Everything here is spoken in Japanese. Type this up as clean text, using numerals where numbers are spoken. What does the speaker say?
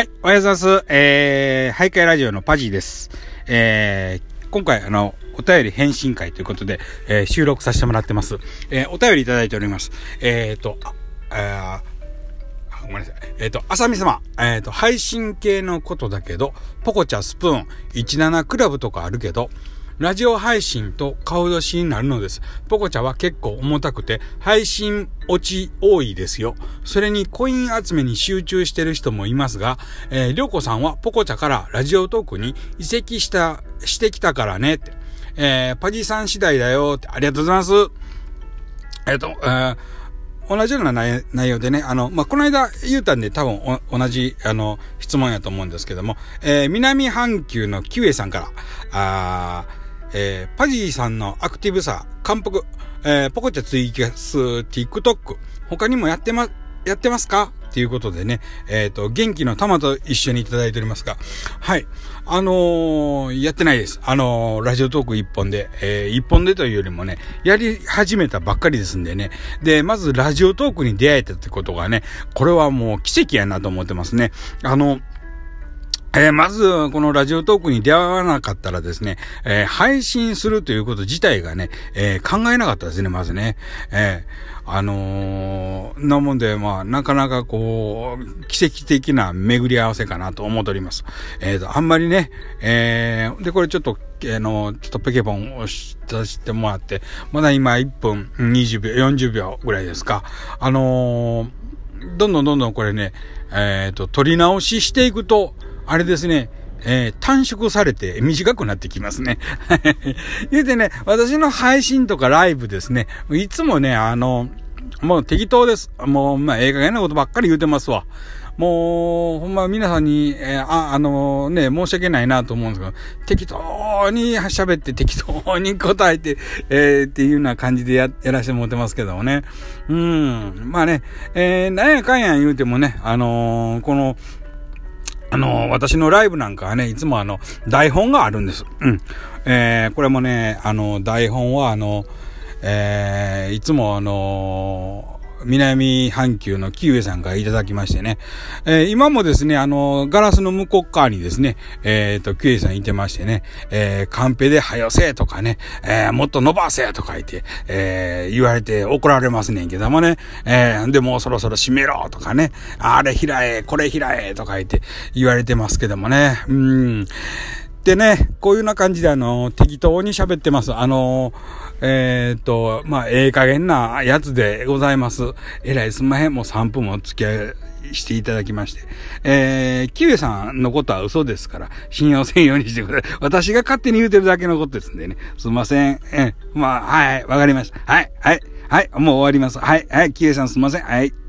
はい、おはようございます。徘徊ラジオのパジーです。今回お便り返信会ということで、収録させてもらってます。お便りいただいております。ごめんなさい。あさみ様。配信系のことだけど、ポコチャスプーン、17クラブとかあるけど、ラジオ配信と顔出しになるのです。ポコチャは結構重たくて、配信落ち多いですよ。それにコイン集めに集中してる人もいますが、りょうこさんはポコチャからラジオトークに移籍してきたからねって。パジさん次第だよって。ありがとうございます。同じような内容でね、この間言うたんで多分同じ、質問やと思うんですけども、南半球のキュエさんから、パジーさんのアクティブさ、感服、ポコチャツイキャス、TikTok、他にもやってますかっていうことでね、元気の玉と一緒にいただいておりますが、はい。やってないです。ラジオトーク一本でというよりもね、やり始めたばっかりですんでね。で、まずラジオトークに出会えたってことがね、これはもう奇跡やなと思ってますね。まず、このラジオトークに出会わなかったらですね、配信するということ自体がね、考えなかったですね、まずね。なもんで、なかなか奇跡的な巡り合わせかなと思っております。あんまりね、で、これちょっとペケポンをさせてもらって、まだ今1分20秒、40秒ぐらいですか。どんどんこれね、取り直ししていくと、あれですね、短縮されて短くなってきますね。言うてね、私の配信とかライブですね、いつもね、もう適当です。もう、ええ加減なことばっかり言うてますわ。もう、ほんま皆さんに、申し訳ないなと思うんですけど、適当に喋って適当に答えて、っていうような感じでやらせてもらってますけどもね。なんやかんや言うてもね、私のライブなんかはね、いつも台本があるんです。これもね、台本はいつも南半球のキウエさんからいただきましてね。今もですね、ガラスの向こう側にですね、キウエさんいてましてね、カンペではよせとかね、もっと伸ばせとか言って、言われて怒られますねんけどもね、で、もうそろそろ閉めろとかね、あれ開え、これ開えとか言って言われてますけどもね、でね、こういうような感じで適当に喋ってます。ええ加減なやつでございます。えらいすんまへん。もう3分もお付き合いしていただきまして。キウエさんのことは嘘ですから、信用せんようにしてください。私が勝手に言うてるだけのことですんでね。すいません。はい、わかりました。はい、もう終わります。はい、キウエさんすいません。はい。